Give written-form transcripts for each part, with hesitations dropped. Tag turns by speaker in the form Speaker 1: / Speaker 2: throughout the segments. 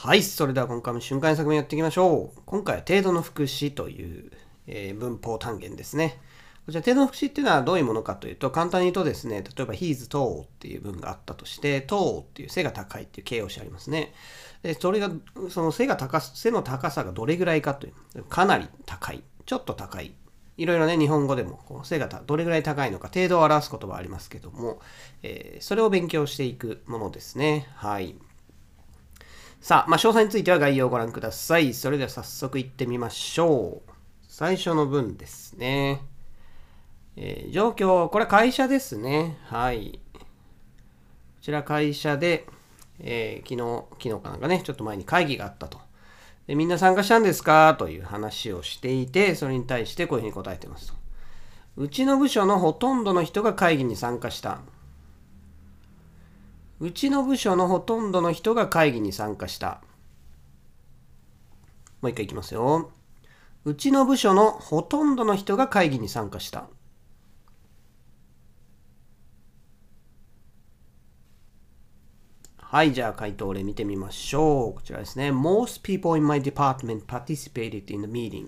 Speaker 1: はい、それでは今回も瞬間作文やっていきましょう。今回は程度の副詞という、文法単元ですね。こちら程度の副詞っていうのはどういうものかというと、簡単に言うとですね、例えば he's tall っていう文があったとして、tall っていう背が高いっていう形容詞ありますね。で、それが、その背の高さがどれぐらいかという、かなり高い、ちょっと高い。いろいろね、日本語でもこう背がどれぐらい高いのか、程度を表す言葉はありますけども、それを勉強していくものですね。はい。さあ、詳細については概要をご覧ください。それでは早速いってみましょう。最初の文ですね。状況、これは会社ですね。はい。こちら会社で、昨日かなんかね、ちょっと前に会議があったと。でみんな参加したんですかという話をしていて、それに対してこういうふうに答えてますと。うちの部署のほとんどの人が会議に参加した。うちの部署のほとんどの人が会議に参加した。もう一回いきますよ。うちの部署のほとんどの人が会議に参加した。はい、じゃあ回答例見てみましょう。こちらですね。Most people in my department participated in the meeting.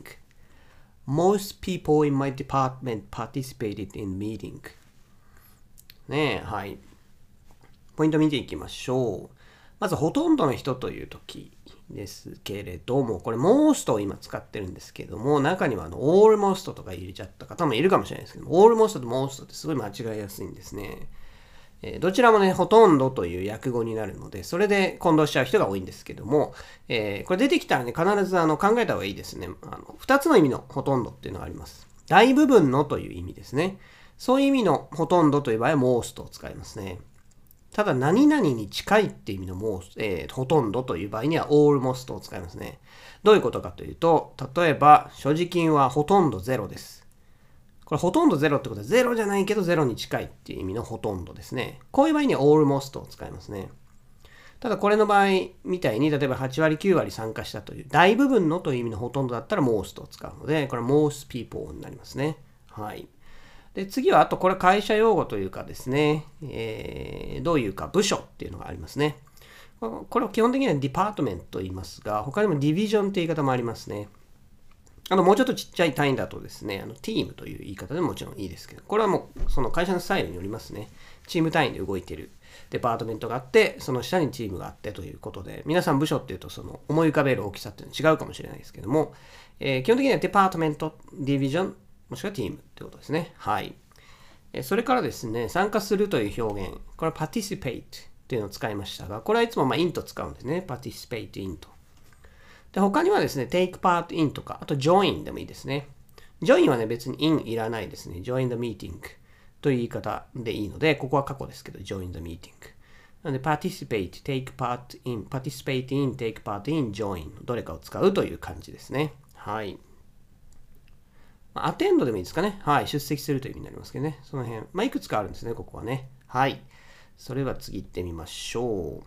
Speaker 1: Most people in my department participated in the meeting. ねえ、はい。ポイント見ていきましょう。まず、ほとんどの人という時ですけれども、これ、most を今使ってるんですけども、中にはalmost とか入れちゃった方もいるかもしれないですけども、almost と most ってすごい間違いやすいんですね。どちらもね、ほとんどという訳語になるので、それで混同しちゃう人が多いんですけども、これ出てきたらね、必ず考えた方がいいですね。2つの意味のほとんどっていうのがあります。大部分のという意味ですね。そういう意味のほとんどという場合は most を使いますね。ただ、何々に近いっていう意味のほとんどという場合には almost を使いますね。どういうことかというと、例えば、所持金はほとんどゼロです。これほとんどゼロってことはゼロじゃないけどゼロに近いっていう意味のほとんどですね。こういう場合には almost を使いますね。ただこれの場合みたいに、例えば8割9割参加したという大部分のという意味のほとんどだったら most を使うので、これは most people になりますね。はい。で、次は、あとこれ会社用語というかですね、どういうか部署っていうのがありますね。これを基本的にはディパートメントと言いますが、他にもディビジョンという言い方もありますね。もうちょっとちっちゃい単位だとですね、チームという言い方でももちろんいいですけど、これはもうその会社のスタイルによりますね。チーム単位で動いているデパートメントがあって、その下にチームがあってということで、皆さん部署っていうとその思い浮かべる大きさっていうのは違うかもしれないですけども、基本的にはデパートメント、ディビジョン、もしくはチームってことですね。はい。それからですね、参加するという表現、これは participate っていうのを使いましたが、これはいつもint 使うんですね。participate int。で、他にはですね、take part in とか、あと join でもいいですね。join はね、別に in いらないですね。join the meeting という言い方でいいので、ここは過去ですけど、join the meeting。なので、participate, take part in, participate in, take part in, join どれかを使うという感じですね。はい。アテンドでもいいですかね。はい。出席するという意味になりますけどね。その辺。いくつかあるんですね、ここはね。はい。それでは次行ってみましょう。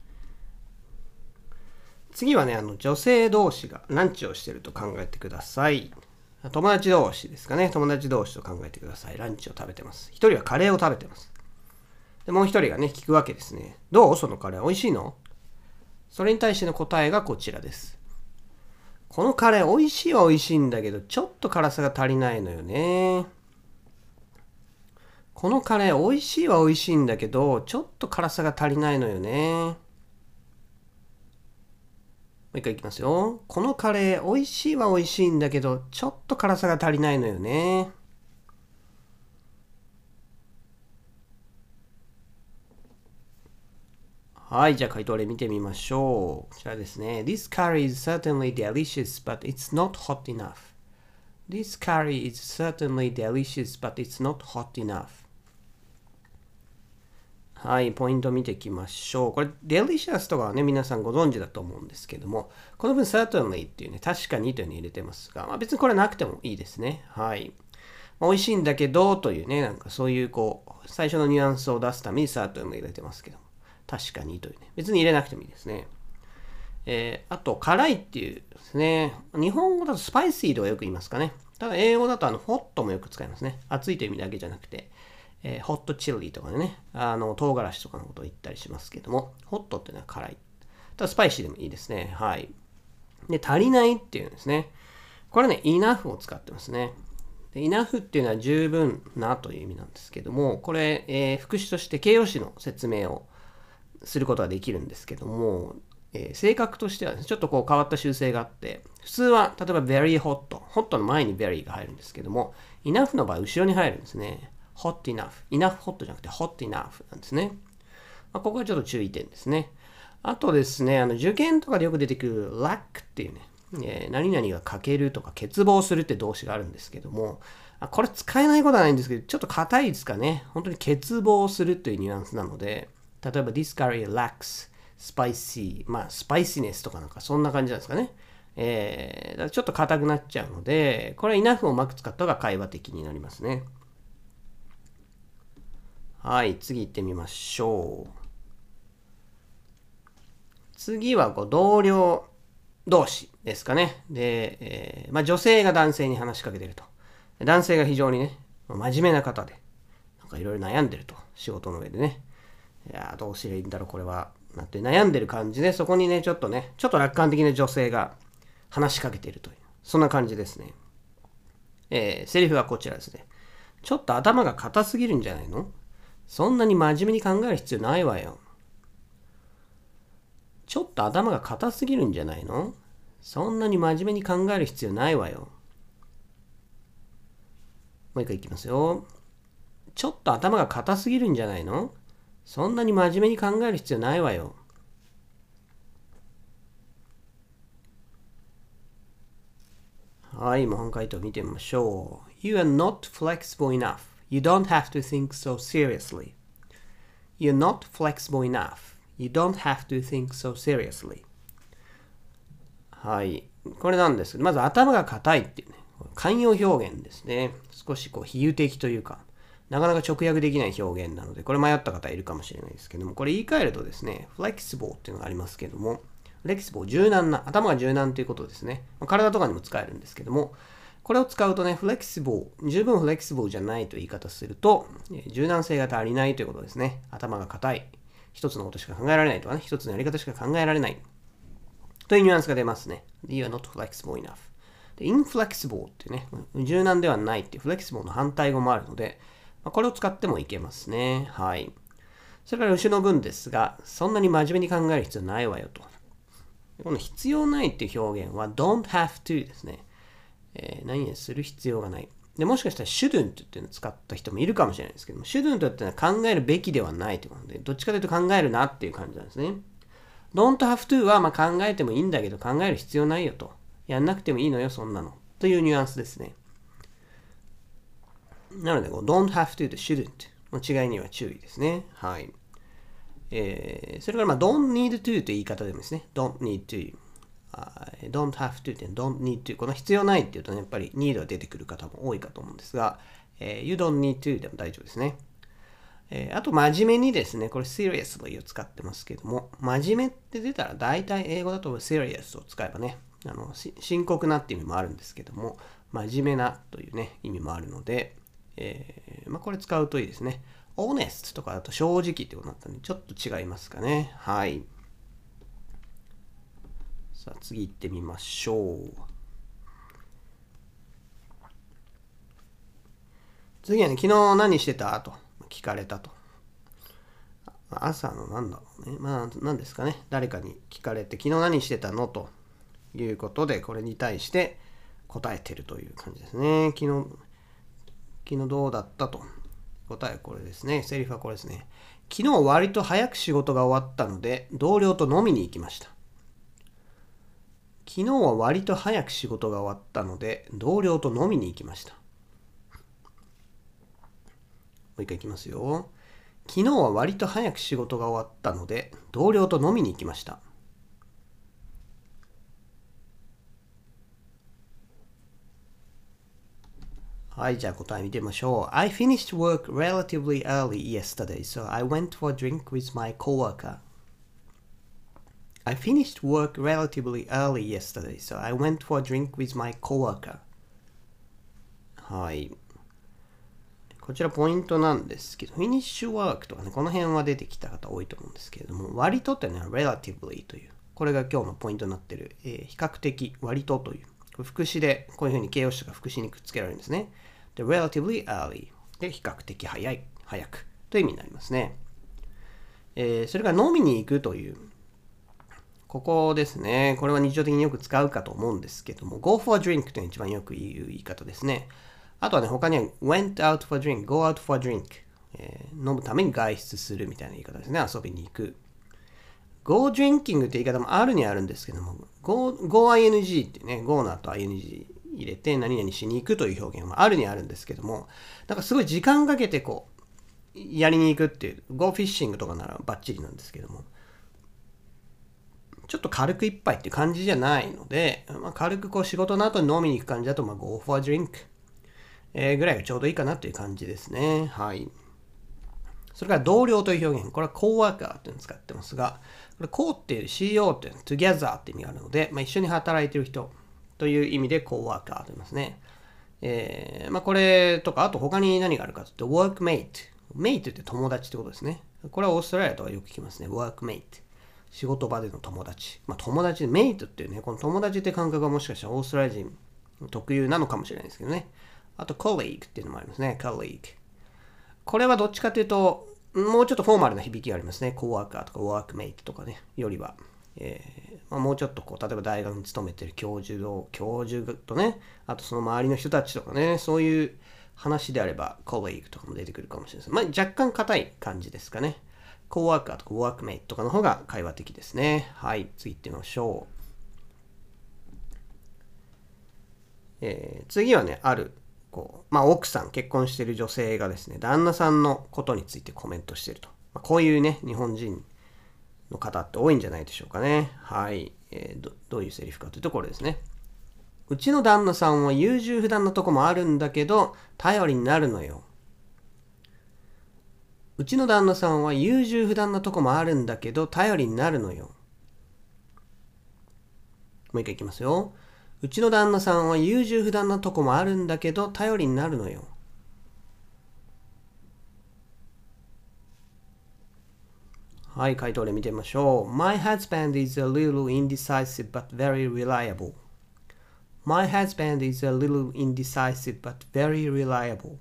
Speaker 1: 次はね、女性同士がランチをしていると考えてください。友達同士ですかね。友達同士と考えてください。ランチを食べてます。一人はカレーを食べてます。で、もう一人がね、聞くわけですね。どうそのカレー美味しいの？それに対しての答えがこちらです。このカレー美味しいは美味しいんだけど、ちょっと辛さが足りないのよね。このカレー美味しいは美味しいんだけど、ちょっと辛さが足りないのよね。もう一回いきますよ。このカレー美味しいは美味しいんだけど、ちょっと辛さが足りないのよね。はい、じゃあ回答例見てみましょう。こちらですね。This curry is certainly delicious, but it's not hot enough. This curry is certainly delicious, but it's not hot enough. はい、ポイント見ていきましょう。これ、delicious とかはね、皆さんご存知だと思うんですけども、この分 certainly っていうね、確かにというのを入れてますが、別にこれなくてもいいですね。はい。美味しいんだけどというね、なんかそういう最初のニュアンスを出すために certainly 入れてますけども、確かにというね、別に入れなくてもいいですね。あと、辛いっていうですね、日本語だとスパイシーとはよく言いますかね。ただ、英語だとホットもよく使いますね。熱いという意味だけじゃなくて、ホットチリとかでね、唐辛子とかのことを言ったりしますけども、ホットっていうのは辛い。 とスパイシーでもいいですね。はい。で、足りないっていうんですね。これね、enough を使ってますね。enough っていうのは十分なという意味なんですけども、これ、副詞として形容詞の説明をすることができるんですけども、性格としては、ちょっとこう変わった習性があって、普通は例えば very hot の前に very が入るんですけども、enough の場合後ろに入るんですね。hot enough hot じゃなくて hot enough なんですね。ここはちょっと注意点ですね。あとですね、受験とかでよく出てくる lack っていうね、何々が欠けるとか欠乏するって動詞があるんですけども、これ使えないことはないんですけど、ちょっと硬いですかね。本当に欠乏するというニュアンスなので、例えば this curry lacks spicy、スパイシネスとかなんかそんな感じなんですかね。だからちょっと硬くなっちゃうので、これは enough をうまく使った方が会話的になりますね。はい、次行ってみましょう。次は同僚同士ですかね。で、女性が男性に話しかけてると。男性が非常にね、真面目な方で、なんかいろいろ悩んでると。仕事の上でね。いやどうすりゃいいんだろう、これは。なんて悩んでる感じで、そこにね、ちょっと楽観的な女性が話しかけているという。そんな感じですね。セリフはこちらですね。ちょっと頭が硬すぎるんじゃないの？そんなに真面目に考える必要ないわよ。ちょっと頭が硬すぎるんじゃないの？そんなに真面目に考える必要ないわよ。もう一回いきますよ。ちょっと頭が硬すぎるんじゃないの？そんなに真面目に考える必要ないわよ。はい、模範解答見てみましょう。You are not flexible enough. You don't have to think so seriously. You're not flexible enough. You don't have to think so seriously. はい。これなんですけど、まず頭が硬いっていうね、慣用表現ですね。少し比喩的というか、なかなか直訳できない表現なので、これ迷った方いるかもしれないですけども、これ言い換えるとですね、flexible っていうのがありますけども、flexible 柔軟な、頭が柔軟ということですね。体とかにも使えるんですけども、これを使うとね、flexible、十分 flexible じゃないという言い方すると、柔軟性が足りないということですね。頭が硬い。一つのことしか考えられないとかね、一つのやり方しか考えられない。というニュアンスが出ますね。You are not flexible enough. inflexible っていうね、柔軟ではないっていう flexible の反対語もあるので、これを使ってもいけますね。はい。それから後ろの文ですが、そんなに真面目に考える必要ないわよと。この必要ないっていう表現は don't have to ですね。何々する必要がない。でもしかしたら shouldn't っていうのを使った人もいるかもしれないですけども、shouldn't っていうのは考えるべきではないということで、どっちかというと考えるなっていう感じなんですね。don't have to は考えてもいいんだけど考える必要ないよと。やんなくてもいいのよ、そんなの。というニュアンスですね。なので、don't have to と shouldn't の違いには注意ですね。はい。それから、don't need to という言い方でもですね。don't need to。don't have to って don't need to。この必要ないっていうとね、やっぱり need が出てくる方も多いかと思うんですが、you don't need to でも大丈夫ですね。あと、真面目にですね、これ seriously を使ってますけども、真面目って出たら大体英語だと serious を使えばね、深刻なっていう意味もあるんですけども、真面目なというね、意味もあるので、これ使うといいですね。honest とかだと正直ってことになったので、ちょっと違いますかね。はい。さあ、次行ってみましょう。次はね、昨日何してたと聞かれたと。朝のなんだろうね。何ですかね。誰かに聞かれて、昨日何してたのということで、これに対して答えてるという感じですね。昨日どうだったと。答えこれですね。セリフはこれですね。昨日割と早く仕事が終わったので、同僚と飲みに行きました。昨日は割と早く仕事が終わったので、同僚と飲みに行きました。もう一回いきますよ。昨日は割と早く仕事が終わったので、同僚と飲みに行きました。はい、じゃあ答え見てみましょう。I finished work relatively early yesterday, so I went for a drink with my coworker.I finished work relatively early yesterday, so I went for a drink with my coworker. はい。こちらポイントなんですけど、finish work とかね、この辺は出てきた方多いと思うんですけれども、割とっていうのは relatively というこれが今日のポイントになっている、比較的、割とという。副詞で、こういうふうに形容詞とか副詞にくっつけられるんですね。で、relatively early。で、比較的早くという意味になりますね。それから飲みに行くという。ここですね。これは日常的によく使うかと思うんですけども、go for a drink というのが一番よく言う言い方ですね。あとはね、他には went out for a drink, go out for a drink、飲むために外出するみたいな言い方ですね。遊びに行く。go drinking って言い方もあるにはあるんですけども、go ing ってね、go の後 ing 入れて何々しに行くという表現もあるにはあるんですけども、なんかすごい時間かけてこう、やりに行くっていう、go fishing とかならバッチリなんですけども、ちょっと軽く一杯っていう感じじゃないので、軽くこう仕事の後に飲みに行く感じだと、go for a drink、ぐらいがちょうどいいかなという感じですね。はい。それから同僚という表現、これは co-worker というのを使ってますが、これ co っていう CO っていう together っていう意味があるので、一緒に働いている人という意味で co-worker と言いますね。これとか、あと他に何があるかというと workmate。mate って友達ってことですね。これはオーストラリアとはよく聞きますね。workmate。仕事場での友達。友達、メイトっていうね、この友達って感覚がもしかしたらオーストラリア人特有なのかもしれないですけどね。あと、colleague っていうのもありますね。colleague。これはどっちかというと、もうちょっとフォーマルな響きがありますね。coworker とか workmate とかね、よりは。もうちょっとこう、例えば大学に勤めてる教授とね、あとその周りの人たちとかね、そういう話であれば、colleague とかも出てくるかもしれないです。若干硬い感じですかね。coworker とか workmate とかの方が会話的ですね。はい、次行ってみましょう。次はね、ある奥さん、結婚している女性がですね、旦那さんのことについてコメントしていると。こういうね、日本人の方って多いんじゃないでしょうかね。はい。どういうセリフかというところですね。うちの旦那さんは優柔不断なとこもあるんだけど、頼りになるのよ。うちの旦那さんは優柔不断なとこもあるんだけど、頼りになるのよ。もう一回いきますよ。うちの旦那さんは優柔不断なとこもあるんだけど、頼りになるのよ。はい、回答例見てみましょう。My husband is a little indecisive but very reliable. My husband is a little indecisive but very reliable.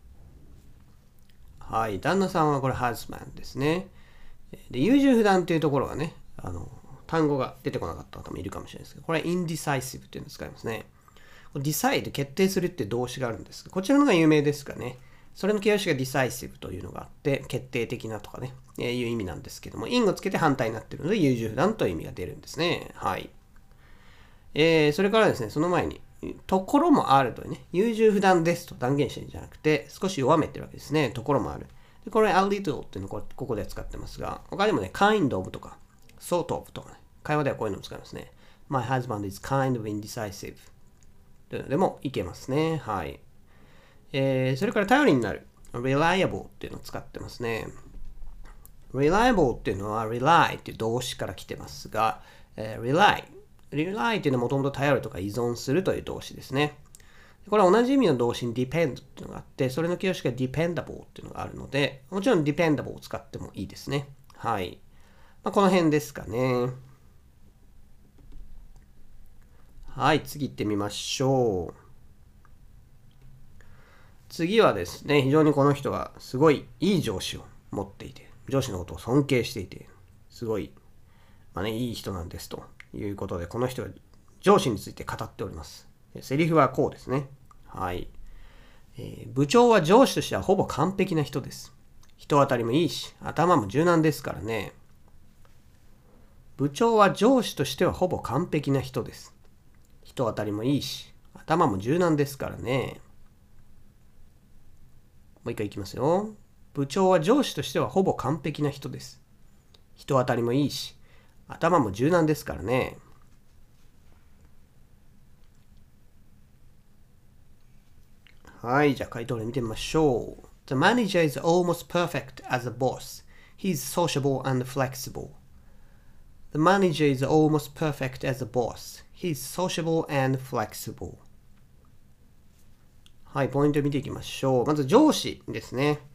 Speaker 1: はい、旦那さんはこれ husband ですね。で、優柔不断というところがね、単語が出てこなかった方もいるかもしれないですけど、これは indecisive っていうのを使いますね。decide 決定するって動詞があるんですが、こちらのが有名ですかね。それの形容詞が decisive というのがあって、決定的なとかね、いう意味なんですけども、in をつけて反対になっているので、優柔不断という意味が出るんですね。はい。それからですね、その前に、ところもあるというね、優柔不断ですと断言してるんじゃなくて、少し弱めてるわけですね。ところもある。でこれ a little っていうのをここで使ってますが、他にもね、kind of とか、sort of とかね、会話ではこういうのを使いますね。My husband is kind of indecisive というのでもいけますね。はい。それから頼りになる。reliable っていうのを使ってますね。reliable っていうのは rely っていう動詞から来てますが、rely っていうのはもともと頼るとか依存するという動詞ですね。これは同じ意味の動詞に depend っていうのがあって、それの形容詞が dependable っていうのがあるので、もちろん dependable を使ってもいいですね。はい。この辺ですかね。はい、次行ってみましょう。次はですね、非常にこの人がすごいいい上司を持っていて、上司のことを尊敬していて、すごい、いい人なんですということで、この人が上司について語っております。セリフはこうですね。はい。部長は上司としてはほぼ完璧な人です。人当たりもいいし、頭も柔軟ですからね。部長は上司としてはほぼ完璧な人です。人当たりもいいし、頭も柔軟ですからね。もう一回いきますよ。部長は上司としてはほぼ完璧な人です。人当たりもいいし、頭も柔軟ですからね。はい、じゃあ回答例見てみましょう。The manager is almost perfect as a boss. He's sociable and flexible. The manager is almost perfect as a boss. He's sociable and flexible. はい、ポイント見ていきましょう。まず上司ですね。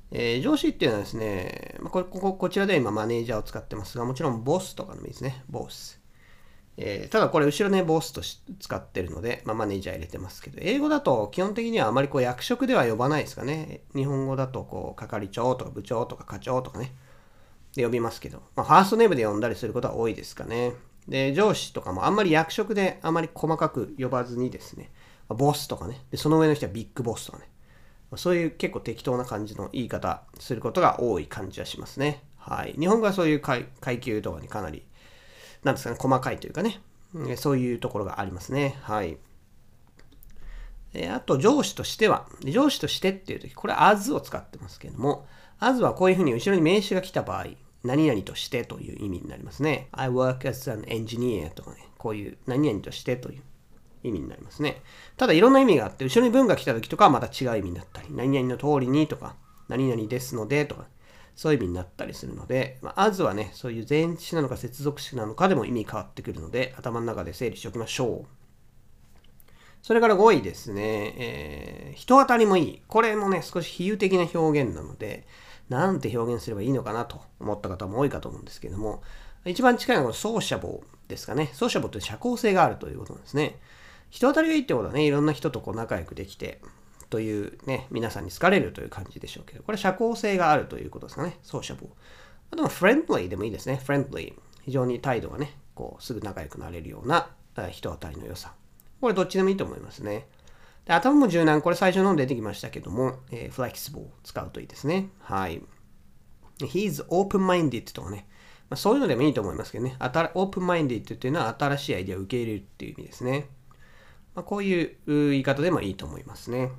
Speaker 1: 上司っていうのはですね、こちらでは今マネージャーを使ってますが、もちろんボスとかでもいいですね。ボス。ただこれ後ろね、ボスと使ってるので、マネージャー入れてますけど、英語だと基本的にはあまり役職では呼ばないですかね。日本語だと係長とか部長とか課長とかね、で呼びますけど、ファーストネームで呼んだりすることは多いですかね。で、上司とかもあんまり役職であまり細かく呼ばずにですね、ボスとかね、でその上の人はビッグボスとかね、そういう結構適当な感じの言い方することが多い感じはしますね。はい。日本語はそういう階級とかにかなり、なんですかね、細かいというかね、そういうところがありますね。はい。あと、上司としては、上司としてっていうとき、これ as を使ってますけれども、as はこういうふうに後ろに名詞が来た場合、何々としてという意味になりますね。I work as an engineer とかね、こういう何々としてという意味になりますね。ただいろんな意味があって、後ろに文が来た時とかはまた違う意味になったり、何々の通りにとか、何々ですのでとか、そういう意味になったりするので、as はね、そういう前置詞なのか接続詞なのかでも意味変わってくるので、頭の中で整理しておきましょう。それから5位ですね、人当たりもいい。これもね、少し比喩的な表現なので、なんて表現すればいいのかなと思った方も多いかと思うんですけども、一番近いのはソーシャボーですかね。ソーシャボーって社交性があるということなんですね。人当たりがいいってことはね、いろんな人と仲良くできて、というね、皆さんに好かれるという感じでしょうけど、これ社交性があるということですかね。ソーシャボー。あとはフレンドリーでもいいですね。フレンドリー。非常に態度がね、すぐ仲良くなれるような人当たりの良さ。これどっちでもいいと思いますね。で、頭も柔軟。これ最初の出てきましたけども、flexible 使うといいですね。はい。He's open-minded とかね。そういうのでもいいと思いますけどね。open-minded っていうのは新しいアイデアを受け入れるっていう意味ですね。こういう言い方でもいいと思いますね。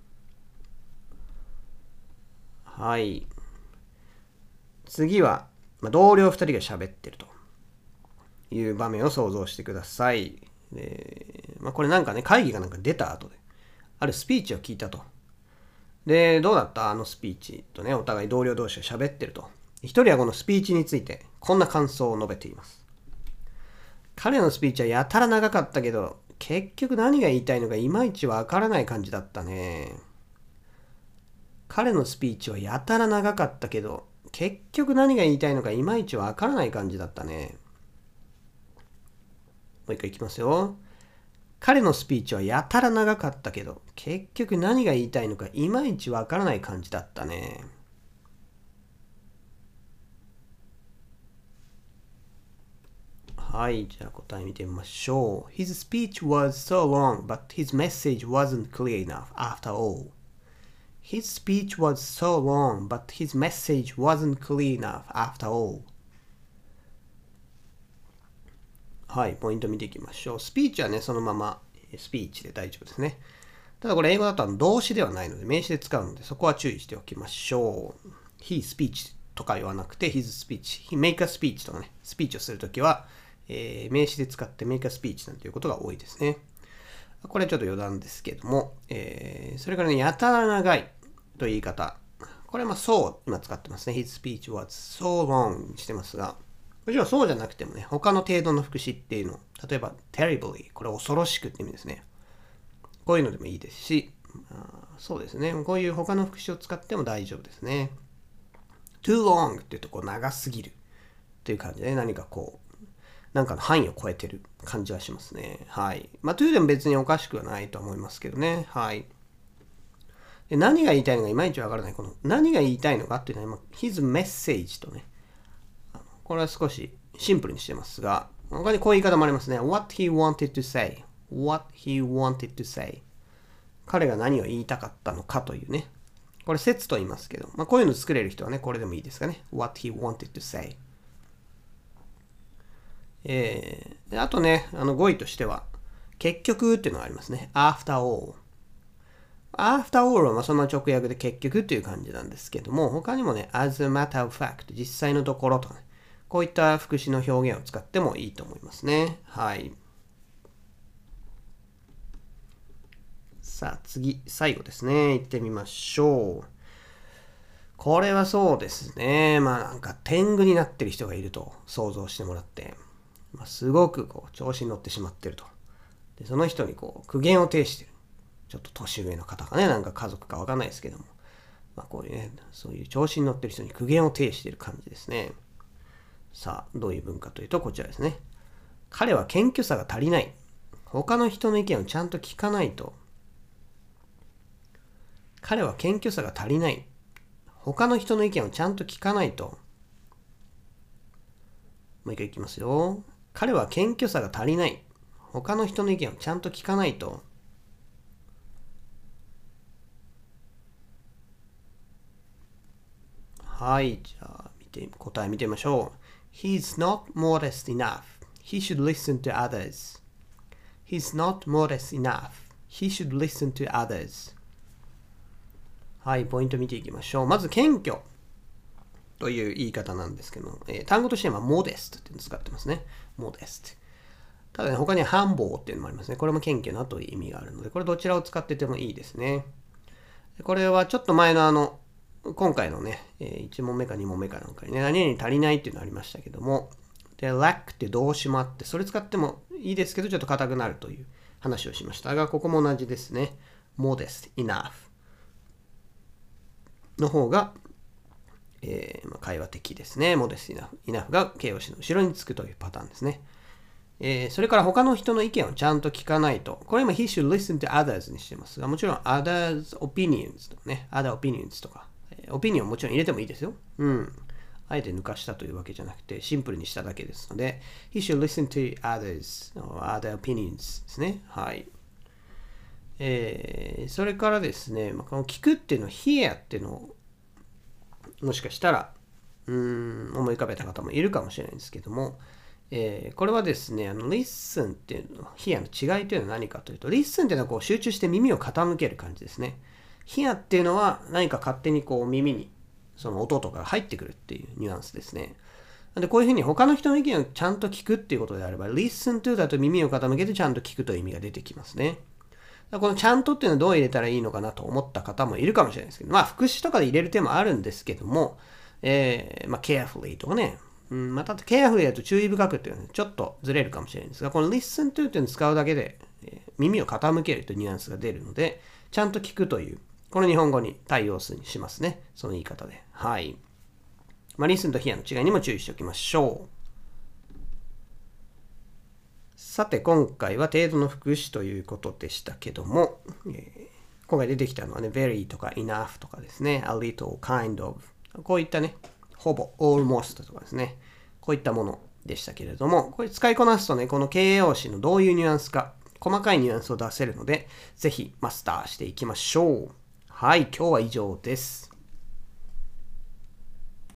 Speaker 1: はい。次は、同僚2人が喋ってるという場面を想像してください。これなんかね、会議がなんか出た後で、あるスピーチを聞いたと。で、どうだったあのスピーチとね、お互い同僚同士が喋ってると。一人はこのスピーチについて、こんな感想を述べています。彼のスピーチはやたら長かったけど、結局何が言いたいのかいまいちわからない感じだったね。彼のスピーチはやたら長かったけど、結局何が言いたいのかいまいちわからない感じだったね。もう一回いきますよ。彼のスピーチはやたら長かったけど、結局何が言いたいのかいまいちわからない感じだったね。はい、じゃあ答え見てみましょう。His speech was so long, but his message wasn't clear enough after all. His speech was so long, but his message wasn't clear enough after all. はい、ポイント見ていきましょう。スピーチはね、そのままスピーチで大丈夫ですね。ただこれ英語だと動詞ではないので名詞で使うのでそこは注意しておきましょう。His speech とか言わなくて His speech。He make a speech とかね、スピーチをするときは、名詞で使って make a speech なんていうことが多いですね。これちょっと余談ですけども、それからね、やたら長いという言い方。これはそう今使ってますね。His speech was so long にしてますが、もちろんそうじゃなくてもね、他の程度の副詞っていうの、例えば terribly、これ恐ろしくって意味ですね。こういうのでもいいですし、そうですね。こういう他の副詞を使っても大丈夫ですね。too long っていうと長すぎるという感じで、何かなんかの範囲を超えてる感じはしますね。はい。to でも別におかしくはないと思いますけどね。はい。で何が言いたいのかいまいちわからない。この何が言いたいのかっていうのは、his message とね、これは少しシンプルにしてますが、他にこういう言い方もありますね。what he wanted to say。what he wanted to say。彼が何を言いたかったのかというね。これ説と言いますけど、こういうの作れる人はね、これでもいいですかね。what he wanted to say。であとね、語彙としては、結局っていうのがありますね。after all。after all はそのまま直訳で結局っていう感じなんですけども、他にもね、as a matter of fact、実際のところとかね、こういった副詞の表現を使ってもいいと思いますね。はい。さあ次、最後ですね。行ってみましょう。これはそうですね。なんか天狗になってる人がいると想像してもらって、すごく調子に乗ってしまってると。でその人に苦言を呈してる。ちょっと年上の方かね、なんか家族かわかんないですけども。 こういうね、そういう調子に乗ってる人に苦言を呈している感じですね。さあ、どういう文化というと、こちらですね。彼は謙虚さが足りない。他の人の意見をちゃんと聞かないと。彼は謙虚さが足りない。他の人の意見をちゃんと聞かないと。もう一回いきますよ。彼は謙虚さが足りない。他の人の意見をちゃんと聞かないと。はい、じゃあ答え見てみましょう。He's not modest enough. He should listen to others. He's not modest enough. He should listen to others. はい、ポイント見ていきましょう。まず、謙虚という言い方なんですけど、単語としてはmodest っていうのを使ってますね。modest。ただね、他にはhumbleっていうのもありますね。これも謙虚なという意味があるので、これどちらを使っててもいいですね。これはちょっと前の今回のね、1問目か2問目かなんかにね、何々足りないっていうのありましたけども、で、lack って動詞もあって、それ使ってもいいですけど、ちょっと硬くなるという話をしましたが、ここも同じですね。modest, enough の方が、会話的ですね。modest, enough が形容詞の後ろにつくというパターンですね。それから他の人の意見をちゃんと聞かないと。これ今 he should listen to others にしてますが、もちろん others opinions とかね、other opinions とか、オピニオンもちろん入れてもいいですよ。あえて抜かしたというわけじゃなくて、シンプルにしただけですので、he should listen to others or other opinions ですね。はい。それからですね、この聞くっていうのは hear っていうのをもしかしたら思い浮かべた方もいるかもしれないんですけども、これはですね、listen っていうの、hear の違いというのは何かというと、listen っていうのはこう集中して耳を傾ける感じですね。hear っていうのは何か勝手にこう耳にその音とかが入ってくるっていうニュアンスですね。で、こういうふうに他の人の意見をちゃんと聞くっていうことであれば、listen to だと耳を傾けてちゃんと聞くという意味が出てきますね。このちゃんとっていうのはどう入れたらいいのかなと思った方もいるかもしれないですけど、副詞とかで入れる手もあるんですけども、carefully とかね、また carefully だと注意深くっていうのはちょっとずれるかもしれないんですが、この listen to っていうのを使うだけで、耳を傾けるというニュアンスが出るので、ちゃんと聞くという、この日本語に対応しますね。その言い方で。はい。listen と hear の違いにも注意しておきましょう。さて、今回は程度の副詞ということでしたけども、今回出てきたのはね、very とか enough とかですね、a little, kind of、こういったね、ほぼ、almost とかですね、こういったものでしたけれども、これ使いこなすとね、この形容詞のどういうニュアンスか、細かいニュアンスを出せるので、ぜひマスターしていきましょう。はい、今日は以上です。